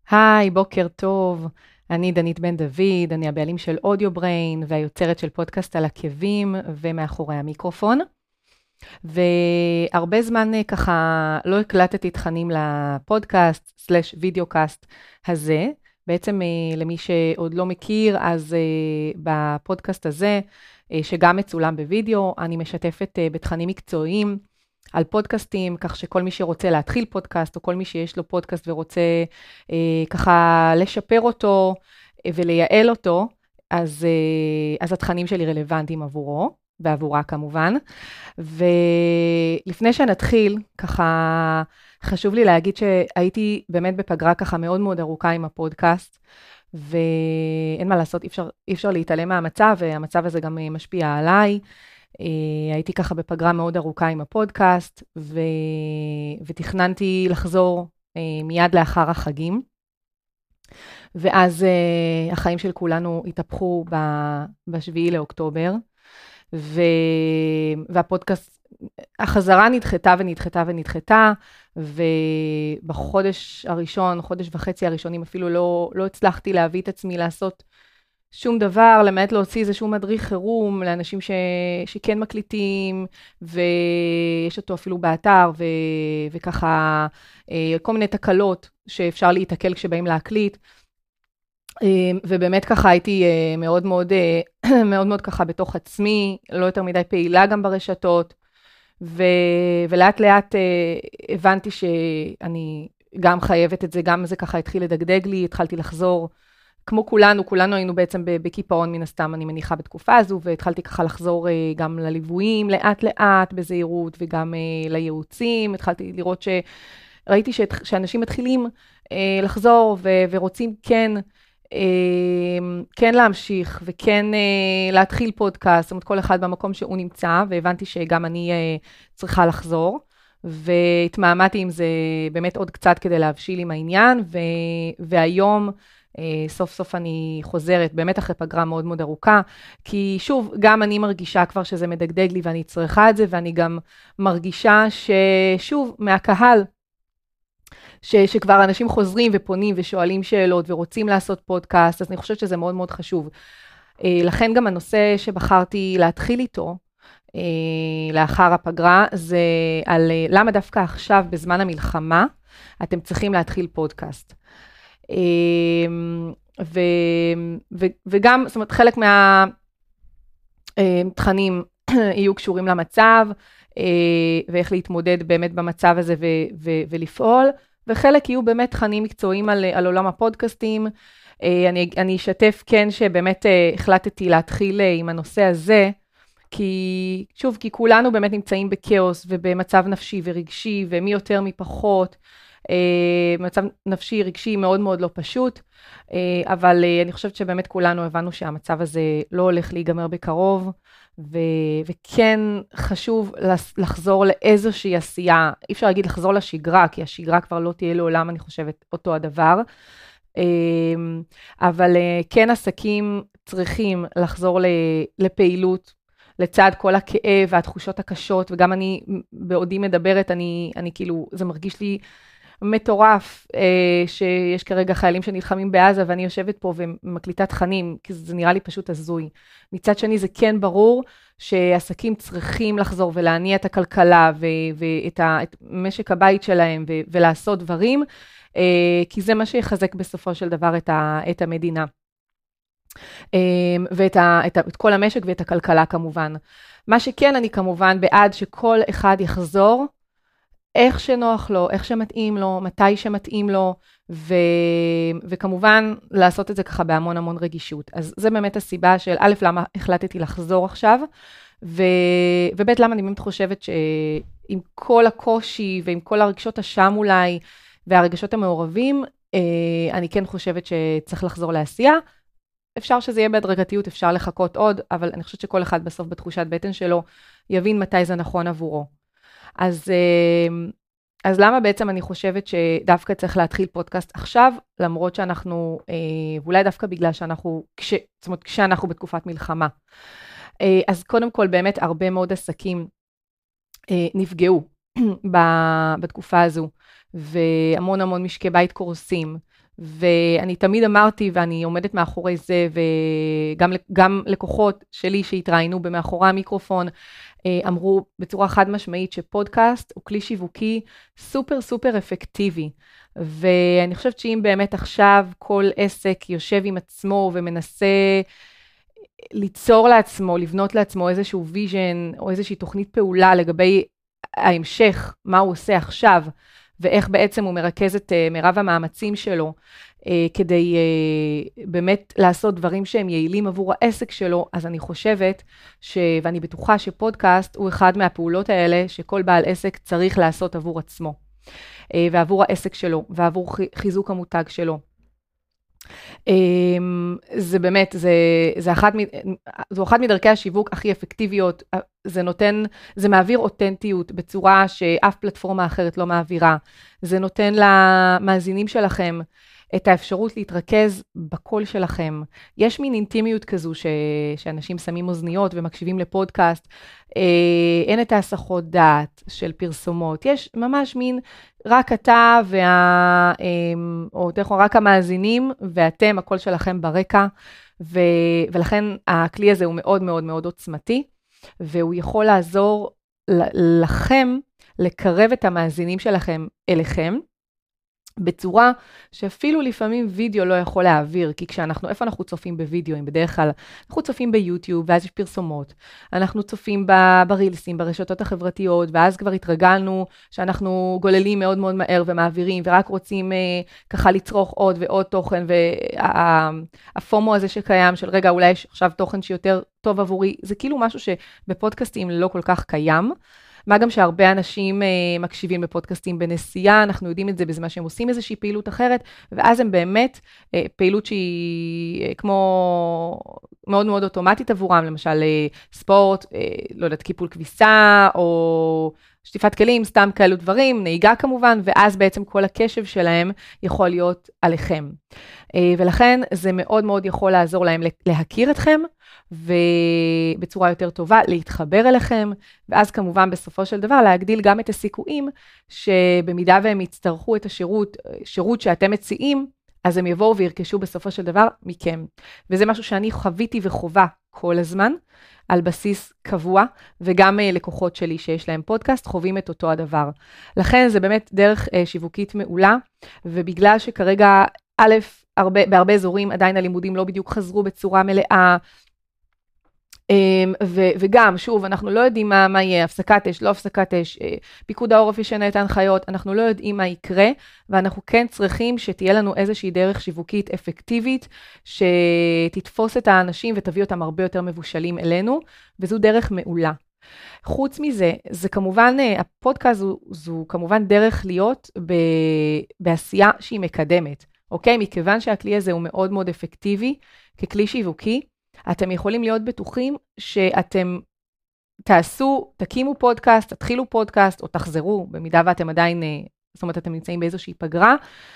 היי, בוקר טוב. אני דנית בן דוד, אני הבעלים של אודיו בריין והיוצרת של פודקאסט על עקבים ומאחורי המיקרופון. והרבה זמן ככה לא הקלטתי תכנים לפודקאסט סלש וידאו-קאסט הזה. בעצם למי שעוד לא מכיר, אז בפודקאסט הזה, שגם מצולם בוידאו, אני משתפת בתכנים מקצועיים, על פודקאסטים, כך שכל מי שרוצה להתחיל פודקאסט, או כל מי שיש לו פודקאסט ורוצה ככה לשפר אותו ולייעל אותו, אז התכנים שלי רלוונטיים עבורו, ועבורה כמובן. ולפני שנתחיל, ככה חשוב לי להגיד שהייתי באמת בפגרה ככה מאוד מאוד ארוכה עם הפודקאסט, ואין מה לעשות, אי אפשר להתעלם מהמצב, והמצב הזה גם משפיע עליי. הייתי ככה בפגרה מאוד ארוכה עם הפודקאסט, ותכננתי לחזור מיד לאחר החגים. ואז החיים של כולנו התהפכו ב-7 לאוקטובר, והפודקאסט, החזרה נדחתה ונדחתה ונדחתה, ובחודש הראשון, חודש וחצי הראשונים, אפילו לא הצלחתי להביא את עצמי לעשות שום דבר, למעט להוציא איזשהו מדריך חירום לאנשים שכן מקליטים, ויש אותו אפילו באתר, וככה כל מיני תקלות שאפשר להתקל כשבאים להקליט. ובאמת ככה הייתי מאוד מאוד, מאוד מאוד ככה בתוך עצמי, לא יותר מדי פעילה גם ברשתות, ולאט לאט הבנתי שאני גם חייבת את זה, גם זה ככה התחיל לדגדג לי, התחלתי לחזור, כמו כולנו היינו בעצם בקיפאון מן הסתם, אני מניחה בתקופה הזו, והתחלתי ככה לחזור גם לליוויים, לאט לאט בזהירות, וגם לייעוצים, התחלתי לראות ראיתי שאנשים מתחילים לחזור, ורוצים כן להמשיך, וכן להתחיל פודקאסט, זאת אומרת כל אחד במקום שהוא נמצא, והבנתי שגם אני צריכה לחזור, והתמהמהתי עם זה באמת עוד קצת כדי להבשיל עם העניין, והיום סוף סוף אני חוזרת, באמת אחרי פגרה מאוד מאוד ארוכה, כי שוב, גם אני מרגישה כבר שזה מדגדג לי ואני צריכה את זה, ואני גם מרגישה ששוב, מהקהל, שכבר אנשים חוזרים ופונים ושואלים שאלות ורוצים לעשות פודקאסט, אז אני חושבת שזה מאוד מאוד חשוב. לכן גם הנושא שבחרתי להתחיל איתו, לאחר הפגרה, זה על למה דווקא עכשיו בזמן המלחמה, אתם צריכים להתחיל פודקאסט. וגם, זאת אומרת, חלק מהתכנים יהיו קשורים למצב, ואיך להתמודד באמת במצב הזה ולפעול, וחלק יהיו באמת תכנים מקצועיים על עולם הפודקאסטים. אני אשתף כן שבאמת החלטתי להתחיל עם הנושא הזה, כי שוב, כי כולנו באמת נמצאים בכאוס ובמצב נפשי ורגשי, ומי יותר מפחות, מצב נפשי רגשי מאוד מאוד לא פשוט, אבל אני חושבת שבאמת כולנו הבנו שהמצב הזה לא הולך להיגמר בקרוב, וכן חשוב לחזור לאיזושהי עשייה, אי אפשר להגיד לחזור לשגרה, כי השגרה כבר לא תהיה לעולם, אני חושבת, אותו הדבר, אבל כן עסקים צריכים לחזור לפעילות, לצד כל הכאב והתחושות הקשות, וגם אני בעודי מדברת, אני כאילו, זה מרגיש לי מטורף, שיש כרגע חיילים שנלחמים בעזה, ואני יושבת פה ומקליטה תכנים, כי זה נראה לי פשוט הזוי. מצד שני, זה כן ברור שעסקים צריכים לחזור ולהניע את הכלכלה, ואת משק הבית שלהם, ולעשות דברים, כי זה מה שיחזק בסופו של דבר את המדינה. ואת כל המשק ואת הכלכלה כמובן. מה שכן, אני כמובן בעד שכל אחד יחזור, איך שנוח לו, איך שמתאים לו, מתי שמתאים לו, וכמובן לעשות את זה ככה בהמון המון רגישות. אז זה באמת הסיבה של א', למה החלטתי לחזור עכשיו, וב', למה אני באמת חושבת שעם כל הקושי ועם כל הרגשות השם אולי, והרגשות המעורבים, אני כן חושבת שצריך לחזור לעשייה. אפשר שזה יהיה בהדרגתיות, אפשר לחכות עוד, אבל אני חושבת שכל אחד בסוף בתחושת בטן שלו יבין מתי זה נכון עבורו. אז למה בעצם אני חושבת שדווקא צריך להתחיל פודקאסט עכשיו, למרות שאנחנו, ואולי דווקא בגלל שאנחנו, זאת אומרת, כשאנחנו בתקופת מלחמה. אז קודם כל באמת הרבה מאוד עסקים נפגעו בתקופה הזו, והמון המון משקי בית קורסים, ואני תמיד אמרתי, ואני עומדת מאחורי זה, וגם לקוחות שלי שהתראינו במאחורי המיקרופון, אמרו בצורה חד משמעית שפודקאסט הוא כלי שיווקי סופר סופר אפקטיבי. ואני חושבת שאם באמת עכשיו כל עסק יושב עם עצמו ומנסה ליצור לעצמו, לבנות לעצמו איזשהו ויז'ן או איזושהי תוכנית פעולה לגבי ההמשך, מה הוא עושה עכשיו, ואיך בעצם הוא מרכז את מרב המאמצים שלו, כדי באמת לעשות דברים שהם יעילים עבור העסק שלו, אז אני חושבת, ואני בטוחה שפודקאסט הוא אחד מהפעולות האלה, שכל בעל עסק צריך לעשות עבור עצמו, ועבור העסק שלו, ועבור חיזוק המותג שלו. זה באמת, זו אחת מדרכי השיווק הכי אפקטיביות, זה מעביר אותנטיות בצורה שאף פלטפורמה אחרת לא מעבירה, זה נותן למאזינים שלכם את האפשרות להתרכז בקול שלכם. יש מין אינטימיות כזו שאנשים שמים אוזניות ומקשיבים לפודקאסט, אין את ההסחות דעת של פרסומות, יש ממש מין רק אתה או רק המאזינים ואתם, הקול שלכם ברקע, ולכן הכלי הזה הוא מאוד מאוד מאוד עוצמתי, והוא יכול לעזור לכם לקרב את המאזינים שלכם אליכם, בצורה שאפילו לפעמים וידאו לא יכול להעביר, כי איפה אנחנו צופים בוידאוים? בדרך כלל אנחנו צופים ביוטיוב, ואז יש פרסומות, אנחנו צופים ברילסים, ברשתות החברתיות, ואז כבר התרגלנו שאנחנו גוללים מאוד מאוד מהר ומעבירים, ורק רוצים ככה לצרוך עוד ועוד תוכן, והפומו הזה שקיים של רגע, אולי יש עכשיו תוכן שיותר טוב עבורי, זה כאילו משהו שבפודקאסטים לא כל כך קיים, מה גם שהרבה אנשים מקשיבים בפודקאסטים בנסיעה, אנחנו יודעים את זה בזמן שהם עושים איזושהי פעילות אחרת, ואז הם באמת פעילות שהיא כמו מאוד מאוד אוטומטית עבורם, למשל ספורט, לא יודעת, קיפול כביסה, או שטיפת כלים, סתם כאלו דברים, נהיגה כמובן, ואז בעצם כל הקשב שלהם יכול להיות עליכם. ולכן זה מאוד מאוד יכול לעזור להם להכיר אתכם, ובצורה יותר טובה להתחבר אליכם, ואז כמובן בסופו של דבר להגדיל גם את הסיכויים, שבמידה והם יצטרכו את שירות שאתם מציעים, אז הם יבואו וירכשו בסופו של דבר מכם. וזה משהו שאני חוויתי וחובה כל הזמן, על בסיס קבוע, וגם לקוחות שלי שיש להם פודקאסט, חווים את אותו הדבר. לכן זה באמת דרך שיווקית מעולה, ובגלל שכרגע, בהרבה אזורים עדיין הלימודים לא בדיוק חזרו בצורה מלאה, וגם, שוב, אנחנו לא יודעים מה יהיה, הפסקת אש, לא הפסקת אש, פיקוד העורף ישנה את ההנחיות, אנחנו לא יודעים מה יקרה, ואנחנו כן צריכים שתהיה לנו איזושהי דרך שיווקית אפקטיבית, שתתפוס את האנשים ותביא אותם הרבה יותר מבושלים אלינו, וזו דרך מעולה. חוץ מזה, זה כמובן, הפודקאסט זו כמובן דרך להיות בעשייה שהיא מקדמת, אוקיי? מכיוון שהכלי הזה הוא מאוד מאוד אפקטיבי, ככלי שיווקי, אתם יכולים להיות בטוחים שאתם תקימו פודקאסט, תתחילו פודקאסט, או תחזרו, במידה ואתם עדיין, זאת אומרת, אתם נמצאים באיזושהי פגרה,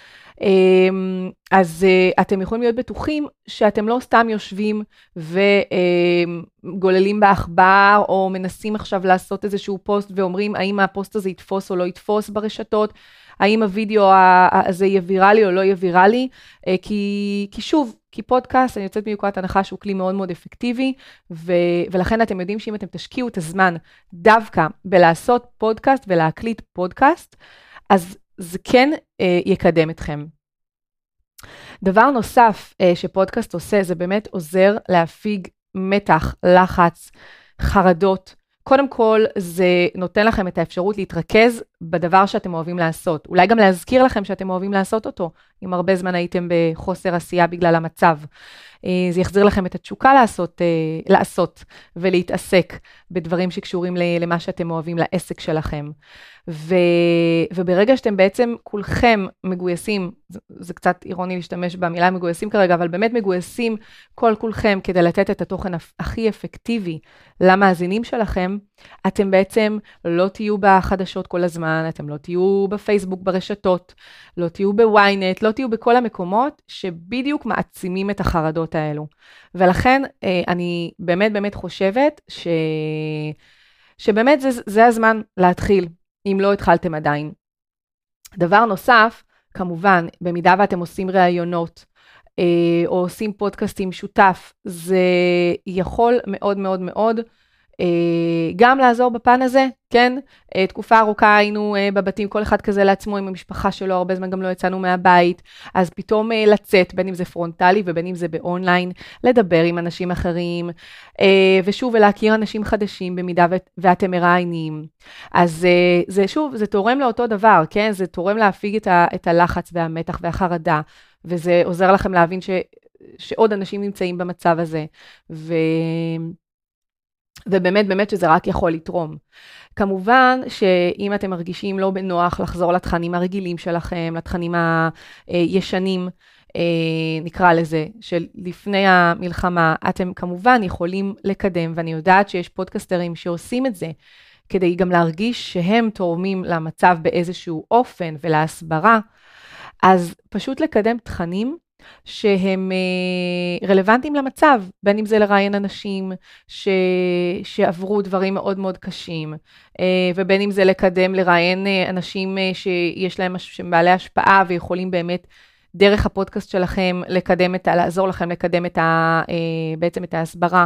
אז אתם יכולים להיות בטוחים שאתם לא סתם יושבים וגוללים באחבר, או מנסים עכשיו לעשות איזשהו פוסט, ואומרים האם הפוסט הזה יתפוס או לא יתפוס ברשתות, האם הוידאו הזה יהיה ויראלי או לא יהיה ויראלי, כי שוב, כי פודקאסט, אני יוצאת מיוקרת הנחה שהוא כלי מאוד מאוד אפקטיבי, ולכן אתם יודעים שאם אתם תשקיעו את הזמן דווקא בלעשות פודקאסט ולהקליט פודקאסט, אז זה כן יקדם אתכם. דבר נוסף שפודקאסט עושה, זה באמת עוזר להפיג מתח, לחץ, חרדות. קודם כל, זה נותן לכם את האפשרות להתרכז בדבר שאתם אוהבים לעשות. אולי גם להזכיר לכם שאתם אוהבים לעשות אותו, אם הרבה זמן הייתם בחוסר עשייה בגלל המצב. זה יחזיר לכם את התשוקה לעשות ולהתעסק בדברים שקשורים למה שאתם אוהבים, לעסק שלכם. וברגע שאתם בעצם כולכם מגויסים, זה קצת אירוני להשתמש במילה מגויסים כרגע, אבל באמת מגויסים כולכם כדי לתת את התוכן הכי אפקטיבי למאזינים שלכם, אתם בעצם לא תהיו בחדשות כל הזמן, אתם לא תהיו בפייסבוק, ברשתות, לא תהיו בוויינט, לא תהיו בכל המקומות שבדיוק מעצימים את החרדות האלו. ולכן אני באמת באמת חושבת שבאמת זה הזמן להתחיל, אם לא התחלתם עדיין. דבר נוסף, כמובן, במידה ואתם עושים ראיונות, או עושים פודקאסטים שותף, זה יכול מאוד מאוד מאוד גם לעזור בפן הזה, כן? תקופה ארוכה היינו בבתים, כל אחד כזה לעצמו עם המשפחה שלו, הרבה זמן גם לא יצאנו מהבית, אז פתאום לצאת, בין אם זה פרונטלי ובין אם זה באונליין, לדבר עם אנשים אחרים, ושוב, ולהכיר אנשים חדשים במידה ואתם מראיינים. אז זה שוב, זה תורם לאותו דבר, כן? זה תורם להפיג את הלחץ והמתח והחרדה, וזה עוזר לכם להבין שעוד אנשים נמצאים במצב הזה, ובאמת, באמת שזה רק יכול לתרום. כמובן שאם אתם מרגישים לא בנוח לחזור לתכנים הרגילים שלכם, לתכנים הישנים, נקרא לזה, של לפני המלחמה, אתם כמובן יכולים לקדם, ואני יודעת שיש פודקסטרים שעושים את זה, כדי גם להרגיש שהם תורמים למצב באיזשהו אופן ולהסברה, אז פשוט לקדם תכנים שהם רלוונטיים למצב, בין אם זה לראיין אנשים שעברו דברים מאוד מאוד קשים, ובין אם זה לקדם לראיין אנשים שיש להם בעלי השפעה ויכולים באמת דרך הפודקאסט שלכם לעזור לכם לקדם בעצם את ההסברה,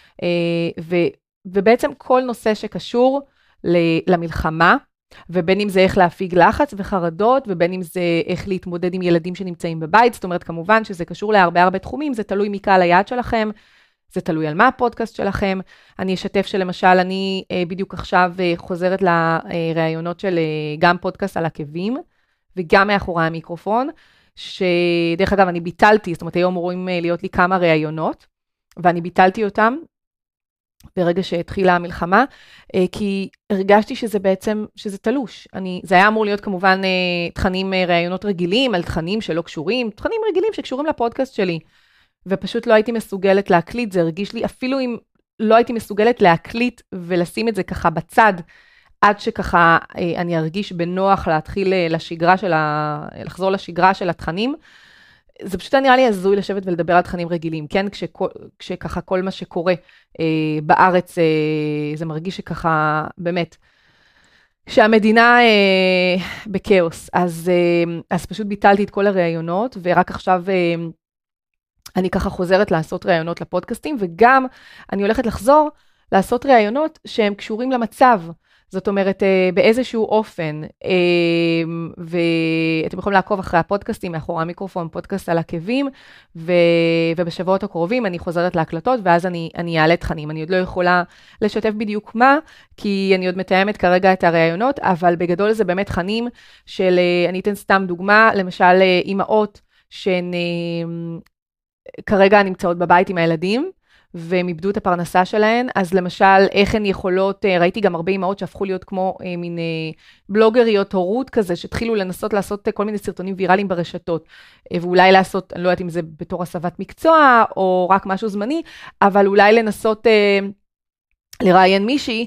ובעצם כל נושא שקשור למלחמה, ובין אם זה איך להפיג לחץ וחרדות, ובין אם זה איך להתמודד עם ילדים שנמצאים בבית, זאת אומרת, כמובן שזה קשור להרבה תחומים, זה תלוי מקהל היעד שלכם, זה תלוי על מה הפודקאסט שלכם. אני אשתף שלמשל, אני בדיוק עכשיו חוזרת לראיונות של גם פודקאסט על עקבים, וגם מאחורי המיקרופון, שדרך אגב אני ביטלתי, זאת אומרת, היום אמורים להיות לי כמה ראיונות, ואני ביטלתי אותם, ברגע שהתחילה המלחמה, כי הרגשתי שזה בעצם, שזה תלוש. זה היה אמור להיות כמובן תכנים ראיונות רגילים, על תכנים שלא קשורים, תכנים רגילים שקשורים לפודקאסט שלי, ופשוט לא הייתי מסוגלת להקליט, זה הרגיש לי, אפילו אם לא הייתי מסוגלת להקליט ולשים את זה ככה בצד, עד שככה אני ארגיש בנוח להתחיל לחזור לשגרה של התכנים, זה פשוט נראה לי הזוי לשבת ולדבר על תכנים רגילים, כן? כשככה כל מה שקורה בארץ, זה מרגיש שככה, באמת, שהמדינה בקאוס. אז פשוט ביטלתי את כל הראיונות, ורק עכשיו אני ככה חוזרת לעשות ראיונות לפודקאסטים, וגם אני הולכת לחזור לעשות ראיונות שהם קשורים למצב, זאת אומרת, באיזשהו אופן, ואתם יכולים לעקוב אחרי הפודקאסטים, מאחורי המיקרופון, פודקאסט על עקבים, ובשבועות הקרובים אני חוזרת להקלטות, ואז אני אעלה תכנים. אני עוד לא יכולה לשתף בדיוק מה, כי אני עוד מתאמת כרגע את הראיונות, אבל בגדול זה באמת תכנים של, אני אתן סתם דוגמה, למשל אימהות שהן כרגע נמצאות בבית עם הילדים, והם איבדו את הפרנסה שלהן, אז למשל, איך הן יכולות, ראיתי גם הרבה אימהות שהפכו להיות כמו מין בלוגריות הורות כזה, שהתחילו לנסות לעשות כל מיני סרטונים ויראליים ברשתות, ואולי לעשות, אני לא יודעת אם זה בתור הסבת מקצוע, או רק משהו זמני, אבל אולי לנסות לראיין מישהי,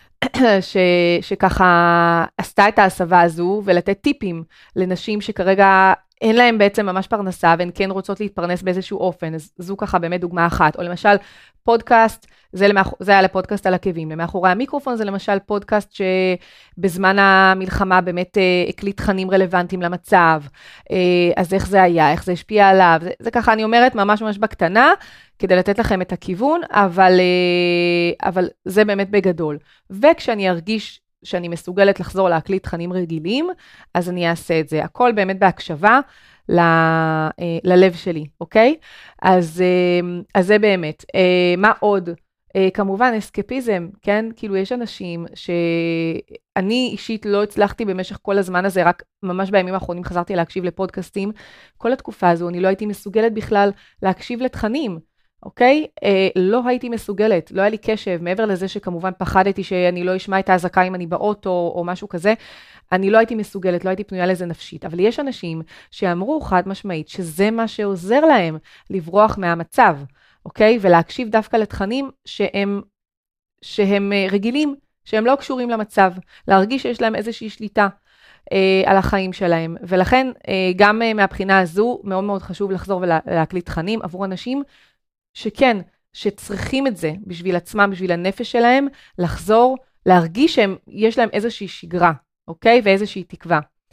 שככה עשתה את ההסבה הזו, ולתת טיפים לנשים שכרגע אין להם בעצם ממש פרנסה, והן כן רוצות להתפרנס באיזשהו אופן, אז זו ככה באמת דוגמה אחת. או למשל, פודקאסט, זה היה לפודקאסט על עקבים, למאחורי המיקרופון זה למשל פודקאסט שבזמן המלחמה באמת הקליט תכנים רלוונטיים למצב, אז איך זה היה, איך זה השפיע עליו, זה ככה אני אומרת ממש ממש בקטנה, כדי לתת לכם את הכיוון, אבל זה באמת בגדול. וכשאני ארגיש שאני מסוגלת לחזור להקליט תכנים רגילים, אז אני אעשה את זה. הכל באמת בהקשבה ללב שלי, אוקיי? אז זה באמת. מה עוד? כמובן, אסקפיזם, כן? כאילו יש אנשים שאני אישית לא הצלחתי במשך כל הזמן הזה, רק ממש בימים האחרונים חזרתי להקשיב לפודקאסטים. כל התקופה הזו אני לא הייתי מסוגלת בכלל להקשיב לתכנים. אוקיי? לא הייתי מסוגלת, לא היה לי קשב, מעבר לזה שכמובן פחדתי שאני לא אשמע את ההזקה אם אני באוטו או משהו כזה, אני לא הייתי מסוגלת, לא הייתי פנויה לזה נפשית, אבל יש אנשים שאמרו חד משמעית שזה מה שעוזר להם לברוח מהמצב, אוקיי? ולהקשיב דווקא לתכנים שהם רגילים, שהם לא קשורים למצב, להרגיש שיש להם איזושהי שליטה על החיים שלהם, ולכן גם מהבחינה הזו מאוד מאוד חשוב לחזור ולהקליט תכנים עבור אנשים שכן, שצריכים את זה בשביל עצמם, בשביל הנפש שלהם, לחזור, להרגיש שיש להם איזושהי שגרה, אוקיי? ואיזושהי תקווה.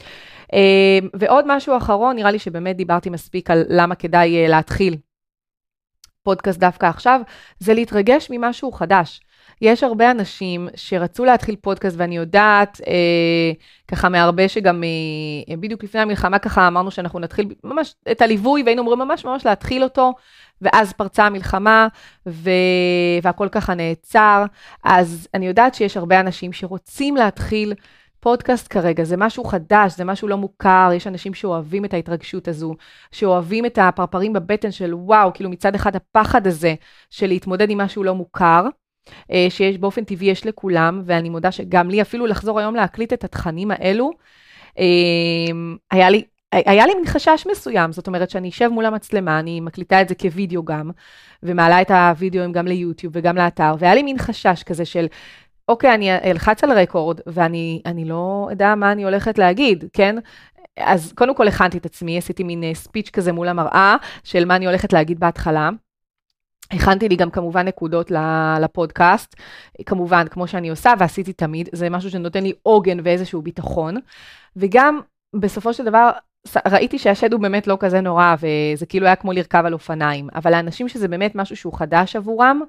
ועוד משהו אחרון, נראה לי שבאמת דיברתי מספיק על למה כדאי להתחיל פודקאסט דווקא עכשיו, זה להתרגש ממשהו חדש. יש הרבה אנשים שרצו להתחיל פודקאסט, ואני יודעת, ככה מהרבה שגם בדיוק לפני המלחמה ככה אמרנו שאנחנו נתחיל ממש את הליווי, והיינו אומרים ממש להתחיל אותו, ואז פרצה המלחמה, והכל ככה נעצר. אז אני יודעת שיש הרבה אנשים שרוצים להתחיל פודקאסט כרגע, זה משהו חדש, זה משהו לא מוכר, יש אנשים שאוהבים את ההתרגשות הזו, שאוהבים את הפרפרים בבטן של וואו, כאילו מצד אחד הפחד הזה של להתמודד עם משהו לא מוכר, שיש באופן טבעי יש לכולם, ואני מודה שגם לי אפילו לחזור היום להקליט את התכנים האלו, היה לי מין חשש מסוים, זאת אומרת שאני אשב מול המצלמה, אני מקליטה את זה כווידאו גם, ומעלה את הווידאוים גם ליוטיוב וגם לאתר, והיה לי מין חשש כזה של, אוקיי, אני אלחץ על רקורד, ואני לא יודע מה אני הולכת להגיד, כן? אז קודם כל הכנתי את עצמי, עשיתי מין ספיץ' כזה מול המראה, של מה אני הולכת להגיד בהתחלה. הכנתי לי גם כמובן נקודות לפודקאסט, כמובן, כמו שאני עושה, ועשיתי תמיד, זה משהו שנותן לי עוגן ואיזשהו ביטחון, וגם בסופו של דבר, ראיתי שהשד הוא באמת לא כזה נורא, וזה כאילו היה כמו לרכב על אופניים, אבל האנשים שזה באמת משהו שהוא חדש עבורם,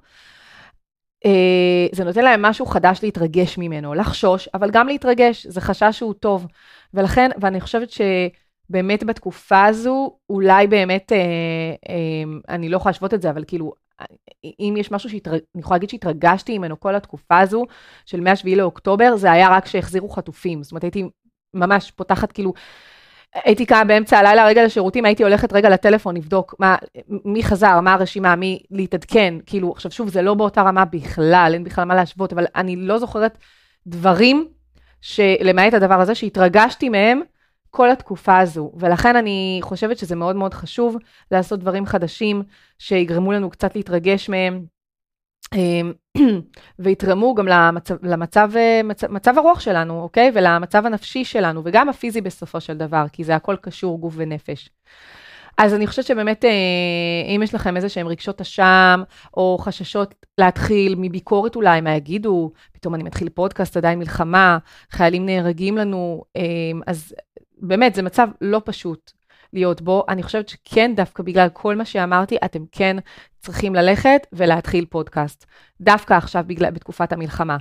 זה נותן להם משהו חדש להתרגש ממנו, לחשוש, אבל גם להתרגש, זה חשש שהוא טוב, ולכן, ואני חושבת שבאמת בתקופה הזו, אולי באמת, אני לא יכולה להשוות את זה, אבל כאילו, אם יש משהו אני יכולה להגיד שהתרגשתי ממנו כל התקופה הזו, של 7 לאוקטובר, זה היה רק שהחזירו חטופים, זאת אומרת, הייתי ממש פותחת כאילו, הייתי כאן באמצע הלילה רגע לשירותים, הייתי הולכת רגע לטלפון, לבדוק מי חזר, מה הרשימה, מי להתעדכן, כאילו, עכשיו שוב, זה לא באותה רמה בכלל, אין בכלל מה להשוות, אבל אני לא זוכרת דברים, למעט הדבר הזה, שהתרגשתי מהם כל התקופה הזו, ולכן אני חושבת שזה מאוד מאוד חשוב, לעשות דברים חדשים, שיגרמו לנו קצת להתרגש מהם, ויתרמו גם למצב הרוח שלנו, אוקיי? ולמצב הנפשי שלנו, וגם הפיזי בסופו של דבר, כי זה הכל קשור גוף ונפש. אז אני חושבת שבאמת, אם יש לכם איזה שהם רגשות אשם, או חששות להתחיל מביקורת אולי, מה יגידו, פתאום אני מתחיל פודקאסט, עדיין מלחמה, חיילים נהרגים לנו, אז באמת זה מצב לא פשוט להיות בו. אני חושבת שכן, דווקא בגלל כל מה שאמרתי, אתם כן צריכים ללכת ולהתחיל פודקאסט. דווקא עכשיו בתקופת המלחמה.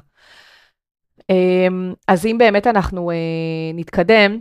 אז אם באמת אנחנו נתקדם,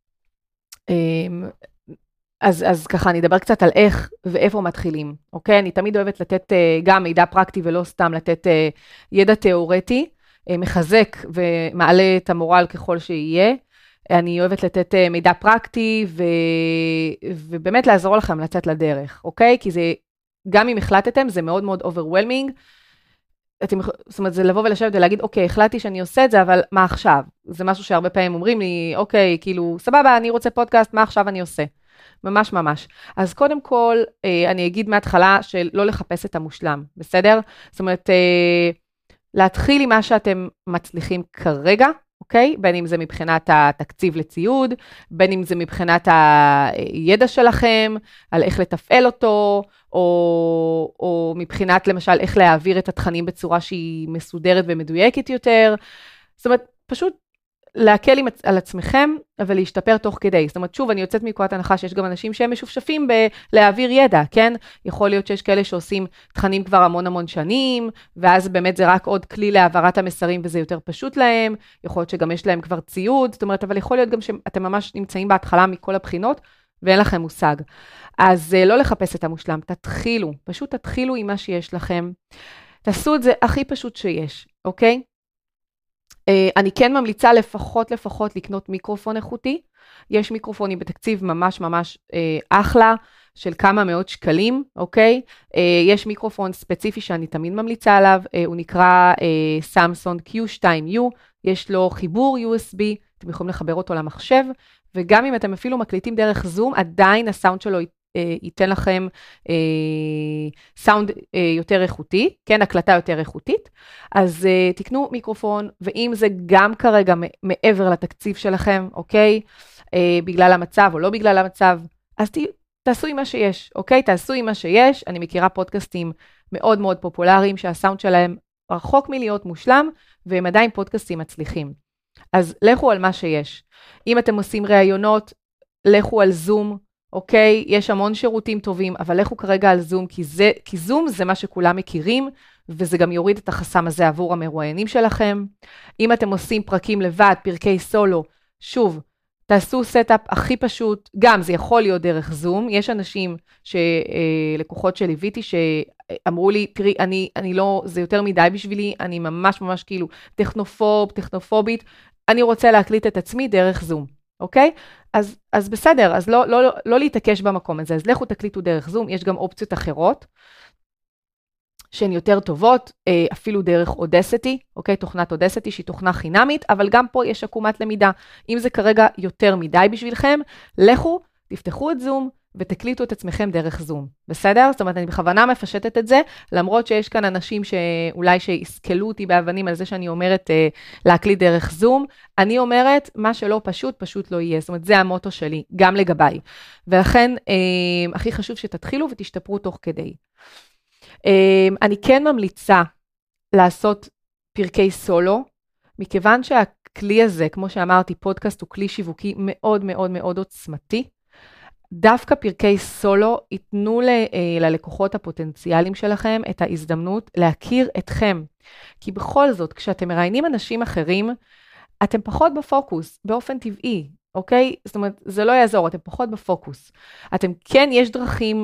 אז ככה אני אדבר קצת על איך ואיפה מתחילים, אוקיי? אני תמיד אוהבת לתת גם מידע פרקטי ולא סתם לתת ידע תיאורטי, מחזק ומעלה את המורל ככל שיהיה. אני אוהבת לתת מידע פרקטי ובאמת לעזור לכם לצאת לדרך, אוקיי? כי זה, גם אם החלטתם, זה מאוד מאוד overwhelming. זאת אומרת, זה לבוא ולשבת ולהגיד, אוקיי, החלטתי שאני עושה את זה, אבל מה עכשיו? זה משהו שהרבה פעמים אומרים לי, אוקיי, כאילו, סבבה, אני רוצה פודקאסט, מה עכשיו אני עושה? ממש ממש. אז קודם כל, אני אגיד מההתחלה של לא לחפש את המושלם, בסדר? זאת אומרת, להתחיל עם מה שאתם מצליחים כרגע, אוקיי? בין אם זה מבחינת התקציב לציוד, בין אם זה מבחינת הידע שלכם, על איך לתפעל אותו, או מבחינת למשל איך להעביר את התכנים בצורה שהיא מסודרת ומדויקת יותר. זאת אומרת, פשוט להקל על עצמכם ולהשתפר תוך כדי. זאת אומרת, שוב, אני יוצאת מנקודת הנחה שיש גם אנשים שהם משופשפים בלהעביר ידע, כן? יכול להיות שיש כאלה שעושים תכנים כבר המון שנים, ואז באמת זה רק עוד כלי להעברת המסרים וזה יותר פשוט להם. יכול להיות שגם יש להם כבר ציוד, זאת אומרת, אבל יכול להיות גם שאתם ממש נמצאים בהתחלה מכל הבחינות, ואין לכם מושג. אז לא לחפש את המושלם, תתחילו, פשוט תתחילו עם מה שיש לכם. תעשו את זה הכי פשוט שיש, אוקיי? אני כן ממליצה לפחות לקנות מיקרופון איכותי. יש מיקרופונים בתקציב ממש אחלה, של כמה מאות שקלים, אוקיי? יש מיקרופון ספציפי שאני תמיד ממליצה עליו, הוא נקרא סמסונג Q2U, יש לו חיבור USB, אתם יכולים לחבר אותו למחשב, וגם אם אתם אפילו מקליטים דרך זום, עדיין הסאונד שלו ייתן לכם סאונד יותר איכותי, כן, הקלטה יותר איכותית, אז תקנו מיקרופון, ואם זה גם כרגע מעבר לתקציב שלכם, אוקיי, בגלל המצב או לא בגלל המצב, אז תעשו עם מה שיש, אוקיי, תעשו עם מה שיש. אני מכירה פודקאסטים מאוד מאוד פופולריים, שהסאונד שלהם רחוק מלהיות מושלם, והם עדיין פודקאסטים מצליחים. אז לכו על מה שיש. אם אתם עושים ראיונות, לכו על זום, אוקיי? יש המון שירותים טובים, אבל לכו כרגע על זום, כי זום זה מה שכולם מכירים, וזה גם יוריד את החסם הזה עבור המרואיינים שלכם. אם אתם עושים פרקים לבד, פרקי סולו, שוב, תעשו סטאפ הכי פשוט, גם זה יכול להיות דרך זום, יש אנשים לקוחות שליוויתי שאמרו לי, תראי, אני לא, זה יותר מדי בשבילי, אני ממש ממש כאילו טכנופובית, אני רוצה להקליט את עצמי דרך זום, אוקיי? אז בסדר, אז לא להתעקש במקום הזה, אז לכו תקליטו דרך זום, יש גם אופציות אחרות, שהן יותר טובות, אפילו דרך אודסיטי, אוקיי? תוכנת אודסיטי שהיא תוכנה חינמית, אבל גם פה יש עקומת למידה. אם זה כרגע יותר מדי בשבילכם, לכו, תפתחו את זום ותקליטו את עצמכם דרך זום. בסדר? זאת אומרת, אני בכוונה מפשטת את זה, למרות שיש כאן אנשים שאולי שיסכלו אותי באבנים על זה שאני אומרת להקליט דרך זום. אני אומרת, מה שלא פשוט, פשוט לא יהיה. זאת אומרת, זה המוטו שלי, גם לגביי. ולכן, הכי חשוב שתתחילו ותשתפרו תוך כדי. אני כן ממליצה לעשות פרקי סולו, מכיוון שהכלי הזה, כמו שאמרתי, פודקאסט הוא כלי שיווקי מאוד מאוד מאוד עוצמתי, דווקא פרקי סולו ייתנו ללקוחות הפוטנציאליים שלכם את ההזדמנות להכיר אתכם. כי בכל זאת, כשאתם מראיינים אנשים אחרים, אתם פחות בפוקוס, באופן טבעי, אוקיי? זאת אומרת, זה לא יעזור, אתם פחות בפוקוס. אתם כן, יש דרכים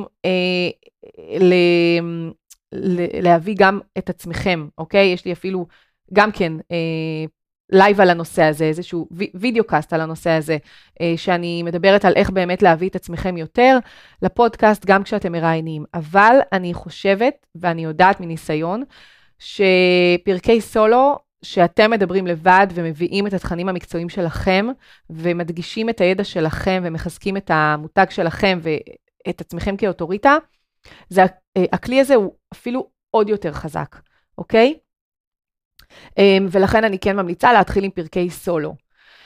להביא גם את עצמכם, אוקיי? יש לי אפילו גם כן לייב על הנושא הזה, איזשהו וידאו-קאסט על הנושא הזה, שאני מדברת על איך באמת להביא את עצמכם יותר לפודקאסט, גם כשאתם מראיינים. אבל אני חושבת, ואני יודעת מניסיון, שפרקי סולו, שאתם מדברים לבד ומביאים את התכנים המקצועיים שלכם, ומדגישים את הידע שלכם, ומחזקים את המותג שלכם ואת עצמכם כאוטוריטה, הכלי הזה הוא אפילו עוד יותר חזק, אוקיי? ולכן אני כן ממליצה להתחיל עם פרקי סולו.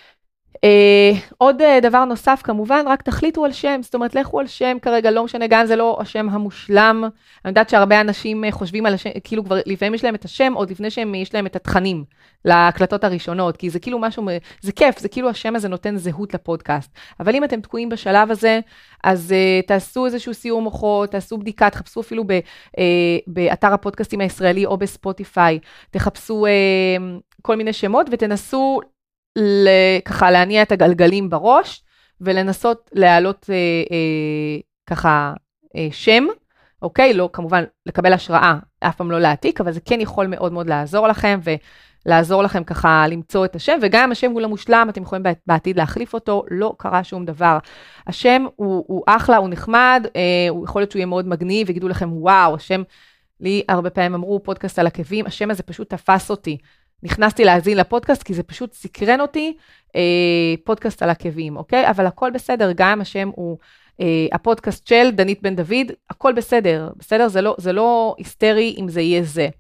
עוד דבר נוסף, כמובן, רק תחליטו על שם, זאת אומרת, לכו על שם כרגע, לא משנה, גם זה לא השם המושלם, אני יודעת שהרבה אנשים חושבים על השם, כאילו כבר לפעמים יש להם את השם, עוד לפני שהם יש להם את התכנים להקלטות הראשונות, כי זה כאילו משהו, זה כיף, זה כאילו השם הזה נותן זהות לפודקאסט, אבל אם אתם תקועים בשלב הזה, אז תעשו איזשהו סיור מוחות, תעשו בדיקה, תחפשו אפילו באתר הפודקאסטים הישראלי או בספוטיפיי, תחפשו כל מיני שמות ותנסו ככה להניע את הגלגלים בראש, ולנסות להעלות ככה שם, אוקיי? לא, כמובן, לקבל השראה, אף פעם לא להעתיק, אבל זה כן יכול מאוד מאוד לעזור לכם, ולעזור לכם ככה למצוא את השם, וגם השם הוא לא מושלם, אתם יכולים בעתיד להחליף אותו, לא קרה שום דבר. השם הוא אחלה, הוא נחמד, הוא יכול להיות שהוא יהיה מאוד מגניב, ויגידו לכם, וואו, השם, לי הרבה פעמים אמרו, פודקאסט על עקבים, השם הזה פשוט תפס אותי. נכנסתי להאזין לפודקאסט, כי זה פשוט סקרן אותי, פודקאסט על עקבים, אוקיי? אבל הכל בסדר, גם השם הוא הפודקאסט של דנית בן דוד, הכל בסדר, בסדר? זה לא היסטרי אם זה יהיה זה.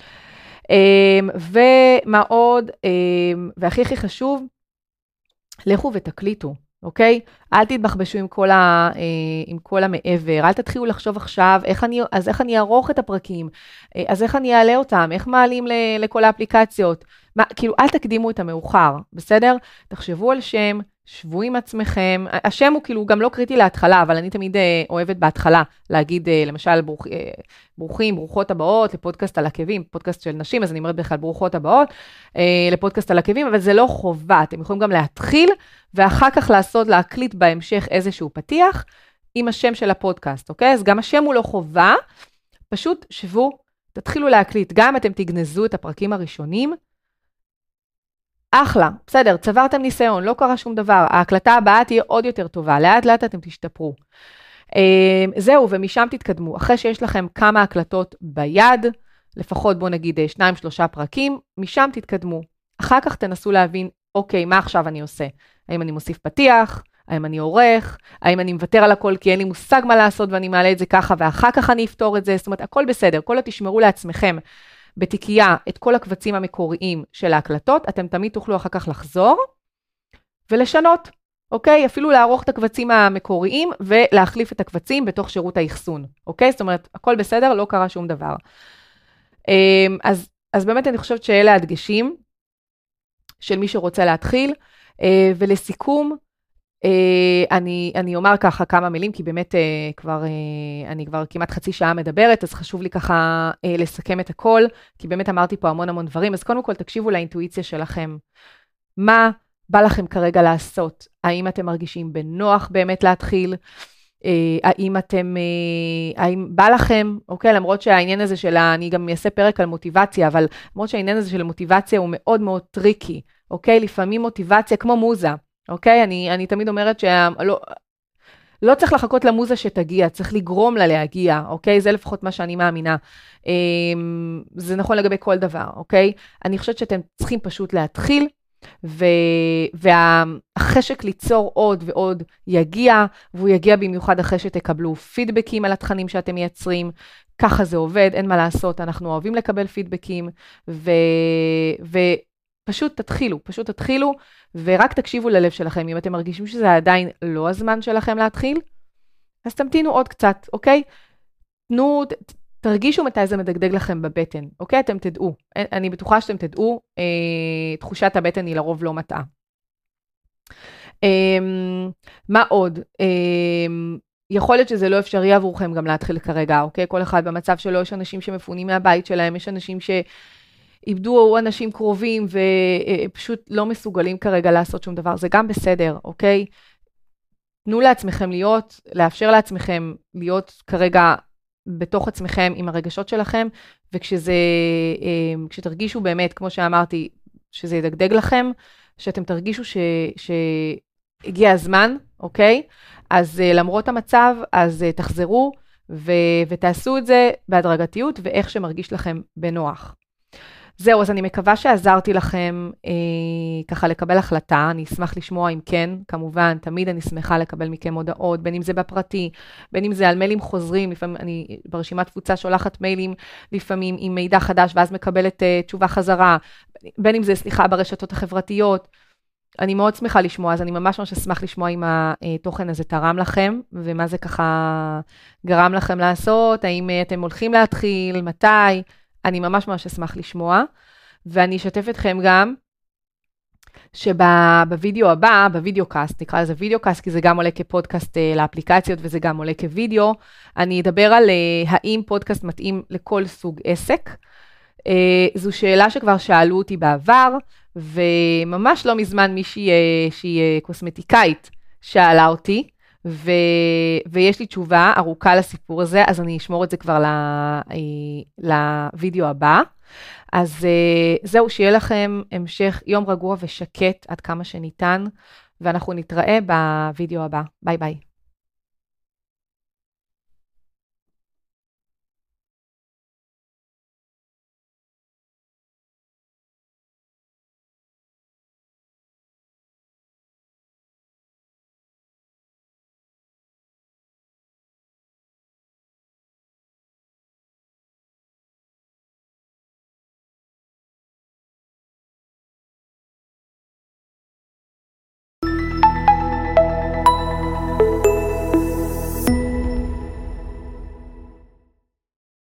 ומה עוד, והכי הכי חשוב, לכו ותקליטו, אוקיי? אל תתבחבשו עם כל המעבר, אל תתחילו לחשוב עכשיו, איך אני אערוך את הפרקים, אז איך אני אעלה אותם, איך מעלים לכל האפליקציות, כאילו אל תקדימו את המאוחר, בסדר? תחשבו על שם, שבו עם עצמכם, השם הוא כאילו גם לא קריטי להתחלה, אבל אני תמיד אוהבת בהתחלה להגיד, למשל, ברוכים, ברוכות הבאות לפודקאסט על עקבים, פודקאסט של נשים, אז אני אומרת בכלל ברוכות הבאות לפודקאסט על עקבים, אבל זה לא חובה, אתם יכולים גם להתחיל, ואחר כך להקליט בהמשך איזשהו פתיח עם השם של הפודקאסט, אוקיי? אז גם השם הוא לא חובה, פשוט שבו, תתחילו להקליט, גם אתם תגנזו את הפרקים הראשונים, אחלה, בסדר, צברתם ניסיון, לא קרה שום דבר, ההקלטה הבאה תהיה עוד יותר טובה, לאט לאט אתם תשתפרו. זהו, ומשם תתקדמו. אחרי שיש לכם כמה הקלטות ביד, לפחות בוא נגיד 2-3 פרקים, משם תתקדמו. אחר כך תנסו להבין, אוקיי, מה עכשיו אני עושה? האם אני מוסיף פתיח? האם אני עורך? האם אני מוותר על הכל כי אין לי מושג מה לעשות ואני מעלה את זה ככה ואחר כך אני אפתור את זה? זאת אומרת, הכל בסדר, כל עוד תשמרו לעצמכם בתיקייה את כל הקבצים המקוריים של ההקלטות, אתם תמיד תוכלו אחר כך לחזור ולשנות, אוקיי? אפילו לערוך את הקבצים המקוריים ולהחליף את הקבצים בתוך שירות האחסון, אוקיי? זאת אומרת, הכל בסדר, לא קרה שום דבר. אז באמת אני חושבת שאלה הדגשים. של מי שרוצה להתחיל. ולסיכום, אני אומר ככה כמה מילים, כי באמת אני כבר כמעט חצי שעה מדברת, אז חשוב לי ככה לסכם את הכל, כי באמת אמרתי פה המון דברים, אז קודם כל תקשיבו לאינטואיציה שלכם. מה בא לכם כרגע לעשות? האם אתם מרגישים בנוח באמת להתחיל? האם בא לכם, אוקיי, למרות שהעניין הזה אני גם אעשה פרק על מוטיבציה, אבל למרות שהעניין הזה של מוטיבציה הוא מאוד טריקי, אוקיי? לפעמים מוטיבציה כמו מוזה, אוקיי? אני תמיד אומרת לא צריך לחכות למוזה שתגיע, צריך לגרום לה להגיע, אוקיי? זה לפחות מה שאני מאמינה. זה נכון לגבי כל דבר, אוקיי? אני חושבת שאתם צריכים פשוט להתחיל, והחשק ליצור עוד ועוד יגיע, והוא יגיע במיוחד אחרי שתקבלו פידבקים על התכנים שאתם מייצרים. ככה זה עובד, אין מה לעשות, אנחנו אוהבים לקבל פידבקים, ופשוט תתחילו, ורק תקשיבו ללב שלכם. אם אתם מרגישים שזה עדיין לא הזמן שלכם להתחיל, אז תמתינו עוד קצת, אוקיי? תרגישו מתי זה מדגדג לכם בבטן, אוקיי? אתם תדעו. אני בטוחה שאתם תדעו, תחושת הבטן היא לרוב לא מטעה. מה עוד? יכול להיות שזה לא אפשרי עבורכם גם להתחיל כרגע, אוקיי? כל אחד במצב שלו, יש אנשים שמפונים מהבית שלהם, יש אנשים שאיבדו אנשים קרובים ופשוט לא מסוגלים כרגע לעשות שום דבר. זה גם בסדר, אוקיי? תנו לעצמכם לאפשר לעצמכם להיות כרגע בתוך עצמכם עם הרגשות שלכם, וכשתרגישו באמת, כמו שאמרתי, שזה ידגדג לכם, שאתם תרגישו שהגיע הזמן, אוקיי? אז למרות המצב, אז תחזרו ותעשו את זה בהדרגתיות, ואיך שמרגיש לכם בנוח. זהו, אז אני מקווה שעזרתי לכם ככה לקבל החלטה, אני אשמח לשמוע אם כן, כמובן, תמיד אני שמחה לקבל מכם הודעות, בין אם זה בפרטי, בין אם זה על מיילים חוזרים, לפעמים אני ברשימת תפוצה שולחת מיילים, לפעמים עם מידע חדש, ואז מקבלת תשובה חזרה, בין אם זה, ברשתות החברתיות, אני מאוד שמחה לשמוע, אז אני ממש אשמח לשמוע אם התוכן הזה תרם לכם, ומה זה ככה גרם לכם לעשות, האם אתם הולכים להתחיל, מתי, אני ממש אשמח לשמוע, ואני אשתף אתכם גם, שבווידאו הבא, בווידאו קאסט, נקרא לזה וידאו קאסט, כי זה גם עולה כפודקאסט לאפליקציות, וזה גם עולה כווידאו, אני אדבר על האם פודקאסט מתאים לכל סוג עסק. זו שאלה שכבר שאלו אותי בעבר, וממש לא מזמן מישהי שהיא קוסמטיקאית שאלה אותי, ויש לי תשובה ארוכה לסיפור הזה, אז אני אשמור את זה כבר לוידאו הבא. אז זהו, שיהיה לכם המשך יום רגוע ושקט עד כמה שניתן, ואנחנו נתראה בוידאו הבא. ביי ביי.